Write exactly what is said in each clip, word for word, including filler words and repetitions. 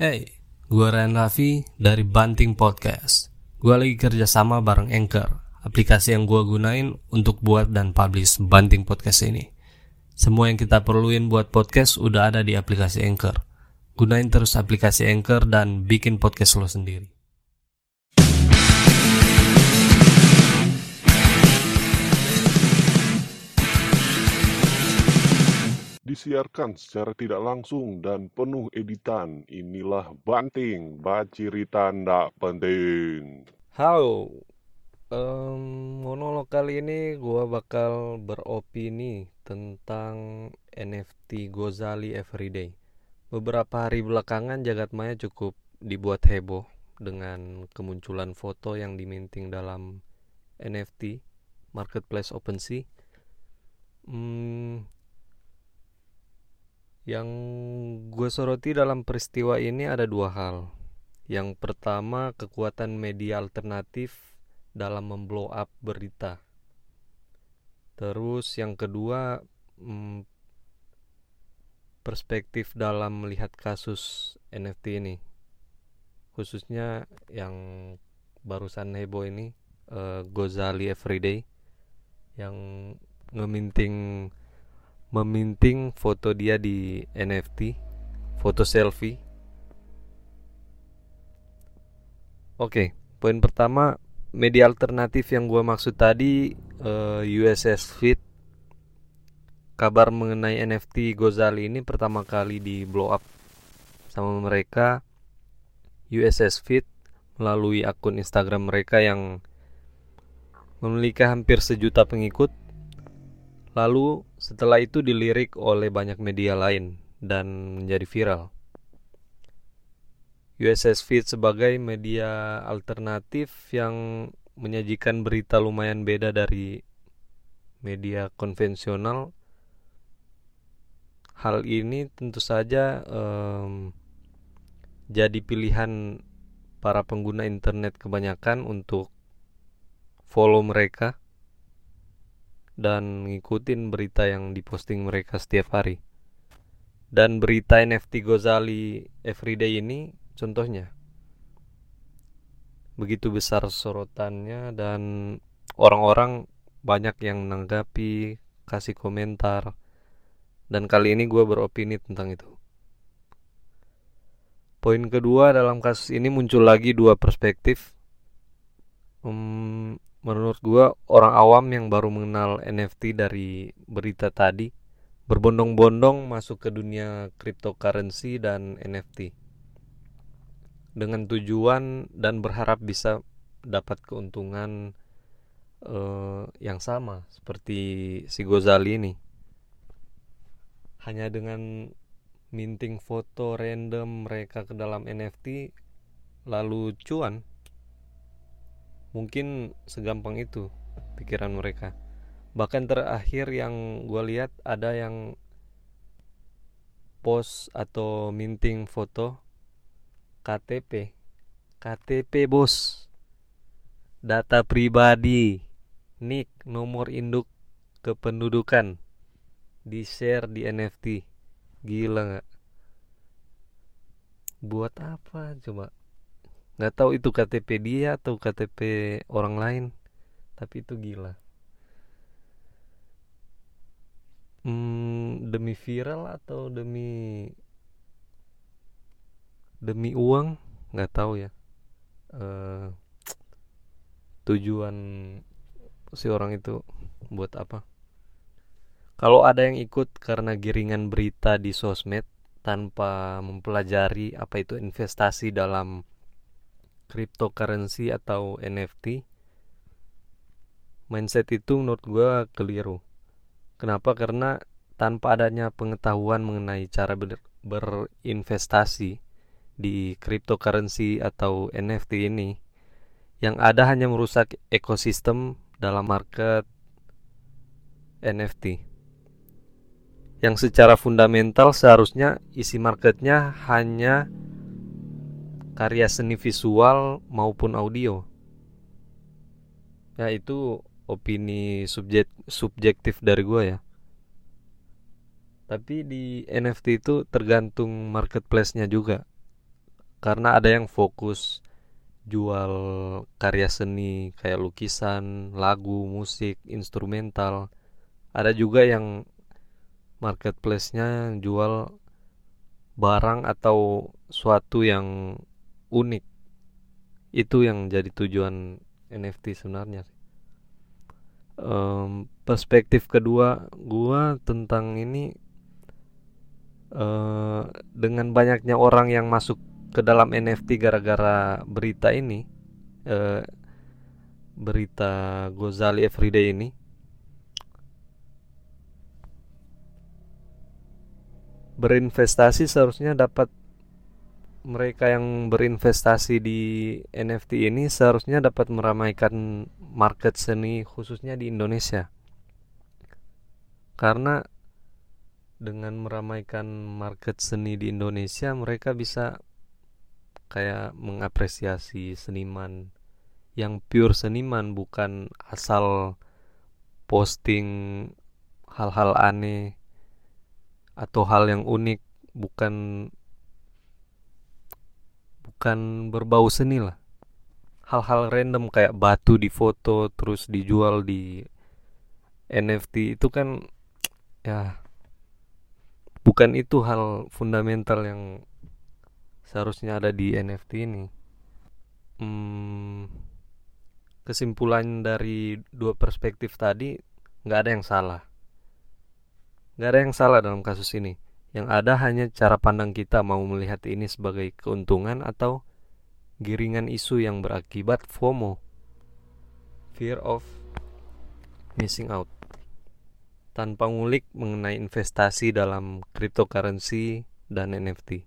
Hey, gua Ryan Raffi dari Banting Podcast. Gua lagi kerja sama bareng Anchor, aplikasi yang gua gunain untuk buat dan publish Banting Podcast ini. Semua yang kita perluin buat podcast udah ada di aplikasi Anchor. Gunain terus aplikasi Anchor dan bikin podcast lo sendiri. Disiarkan secara tidak langsung dan penuh editan. Inilah Banting, bacirita ndak penting. Halo, um, monolog kali ini gua bakal beropini tentang N F T Gozali Everyday. Beberapa hari belakangan jagat maya cukup dibuat heboh dengan kemunculan foto yang diminting dalam N F T marketplace OpenSea. Hmm, yang gue soroti dalam peristiwa ini ada dua hal. Yang pertama, kekuatan media alternatif dalam memblow up berita. Terus yang kedua, hmm, perspektif dalam melihat kasus N F T ini, khususnya yang barusan heboh ini, uh, Gozali Everyday yang ngeminting meminting foto dia di N F T, foto selfie. Oke, poin pertama, media alternatif yang gue maksud tadi, uh, U S S Feed. Kabar mengenai N F T Gozali ini pertama kali di blow up sama mereka, U S S Feed, melalui akun Instagram mereka yang memiliki hampir sejuta pengikut. Lalu setelah itu dilirik oleh banyak media lain dan menjadi viral. U S S Feed sebagai media alternatif yang menyajikan berita lumayan beda dari media konvensional. Hal ini tentu saja um, jadi pilihan para pengguna internet kebanyakan untuk follow mereka dan ngikutin berita yang diposting mereka setiap hari. Dan berita N F T Gozali Everyday ini contohnya. Begitu besar sorotannya dan orang-orang banyak yang menanggapi, kasih komentar. Dan kali ini gue beropini tentang itu. Poin kedua, dalam kasus ini muncul lagi dua perspektif. Hmm, menurut gue, orang awam yang baru mengenal N F T dari berita tadi berbondong-bondong masuk ke dunia cryptocurrency dan N F T dengan tujuan dan berharap bisa dapat keuntungan uh, yang sama seperti si Gozali ini. Hanya dengan minting foto random mereka ke dalam N F T lalu cuan. Mungkin segampang itu pikiran mereka. Bahkan terakhir yang gue lihat ada yang post atau minting foto K T P. K T P bos. Data pribadi, nik, nomor induk kependudukan di share di N F T. Gila gak? Buat apa coba? Gak tahu itu K T P dia atau K T P orang lain, tapi itu gila. Hmm, demi viral atau demi demi uang, nggak tahu ya. Uh, tujuan si orang itu buat apa? Kalau ada yang ikut karena giringan berita di sosmed tanpa mempelajari apa itu investasi dalam cryptocurrency atau N F T, mindset itu menurut gue keliru. Kenapa? Karena tanpa adanya pengetahuan mengenai cara ber- berinvestasi di cryptocurrency atau N F T ini, yang ada hanya merusak ekosistem dalam market N F T. Yang secara fundamental seharusnya isi marketnya hanya karya seni visual maupun audio. Ya itu opini subjek, subjektif dari gue ya. Tapi di N F T itu tergantung marketplace-nya juga. Karena ada yang fokus jual karya seni kayak lukisan, lagu, musik, instrumental. Ada juga yang marketplace-nya jual barang atau suatu yang unik. Itu yang jadi tujuan N F T sebenarnya. Em, perspektif kedua gua tentang ini, eh, dengan banyaknya orang yang masuk ke dalam N F T gara-gara berita ini, eh, berita Gozali Everyday ini, berinvestasi seharusnya dapat, mereka yang berinvestasi di N F T ini seharusnya dapat meramaikan market seni khususnya di Indonesia. Karena dengan meramaikan market seni di Indonesia, mereka bisa kayak mengapresiasi seniman yang pure seniman, bukan asal posting hal-hal aneh atau hal yang unik, bukan bukan berbau seni lah. Hal-hal random kayak batu di foto terus dijual di N F T itu kan ya bukan itu hal fundamental yang seharusnya ada di N F T ini. Hmm, kesimpulan dari dua perspektif tadi, nggak ada yang salah. Nggak ada yang salah dalam kasus ini. Yang ada hanya cara pandang kita mau melihat ini sebagai keuntungan atau giringan isu yang berakibat FOMO, fear of missing out, tanpa ngulik mengenai investasi dalam cryptocurrency dan N F T.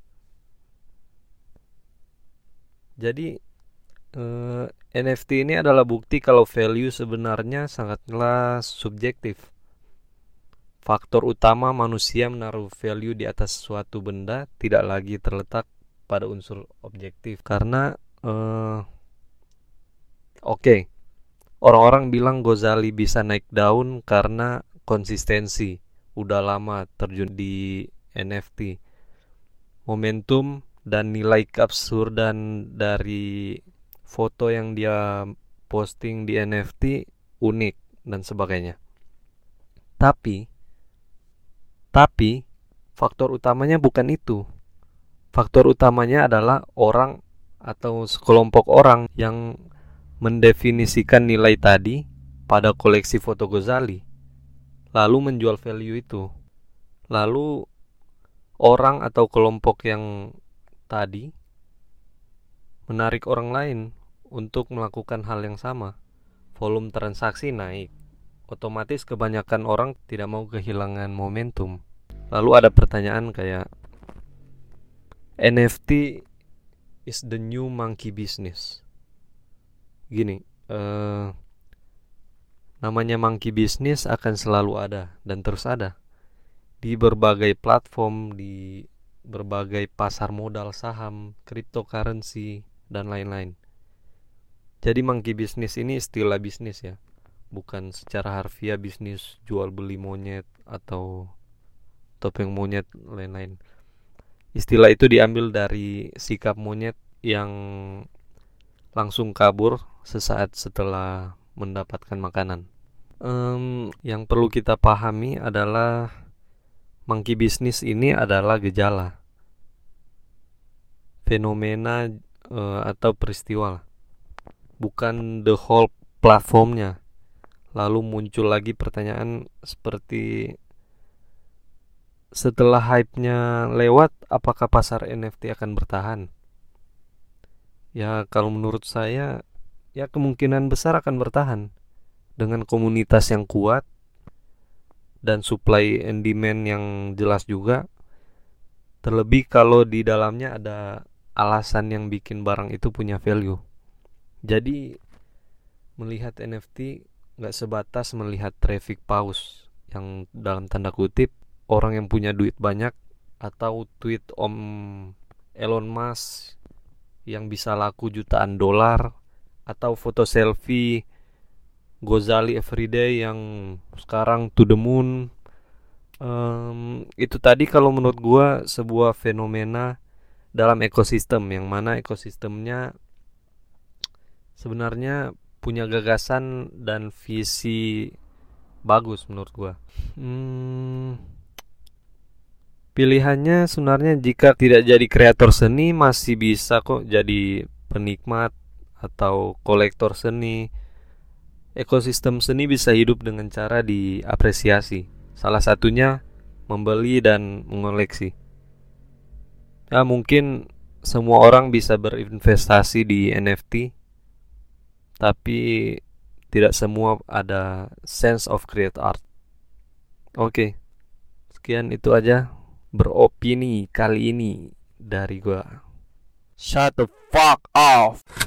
Jadi eh, N F T ini adalah bukti kalau value sebenarnya sangatlah subjektif. Faktor utama manusia menaruh value di atas suatu benda tidak lagi terletak pada unsur objektif. Karena eh, oke, okay, orang-orang bilang Gozali bisa naik daun karena konsistensi. Udah lama terjun di N F T. Momentum dan nilai keabsurdan dari foto yang dia posting di N F T unik dan sebagainya. Tapi Tapi faktor utamanya bukan itu. Faktor utamanya adalah orang atau sekelompok orang yang mendefinisikan nilai tadi pada koleksi foto Gozali, lalu menjual value itu. Lalu orang atau kelompok yang tadi menarik orang lain untuk melakukan hal yang sama. Volume transaksi naik. Otomatis kebanyakan orang tidak mau kehilangan momentum. Lalu ada pertanyaan kayak, N F T is the new monkey business. Gini, eh, namanya monkey business akan selalu ada dan terus ada di berbagai platform, di berbagai pasar modal saham, cryptocurrency, dan lain-lain. Jadi monkey business ini istilah bisnis ya, bukan secara harfiah bisnis jual beli monyet atau topeng monyet lain-lain. Istilah itu diambil dari sikap monyet yang langsung kabur sesaat setelah mendapatkan makanan. Um, yang perlu kita pahami adalah monkey business ini adalah gejala, fenomena uh, atau peristiwa, bukan the whole platformnya. Lalu muncul lagi pertanyaan seperti, setelah hype-nya lewat, apakah pasar N F T akan bertahan? Ya kalau menurut saya, ya kemungkinan besar akan bertahan dengan komunitas yang kuat dan supply and demand yang jelas juga. Terlebih kalau di dalamnya ada alasan yang bikin barang itu punya value. Jadi melihat N F T gak sebatas melihat traffic paus yang dalam tanda kutip orang yang punya duit banyak, atau tweet Om Elon Musk yang bisa laku jutaan dolar, atau foto selfie Gozali Everyday yang sekarang to the moon. Um, itu tadi kalau menurut gua sebuah fenomena dalam ekosistem, yang mana ekosistemnya sebenarnya punya gagasan dan visi bagus menurut gua. Hmm, pilihannya sebenarnya jika tidak jadi kreator seni masih bisa kok jadi penikmat atau kolektor seni. Ekosistem seni bisa hidup dengan cara diapresiasi. Salah satunya membeli dan mengoleksi. Ya mungkin semua orang bisa berinvestasi di N F T, tapi tidak semua ada sense of create art. Oke, sekian itu aja beropini kali ini dari gua. Shut the fuck off.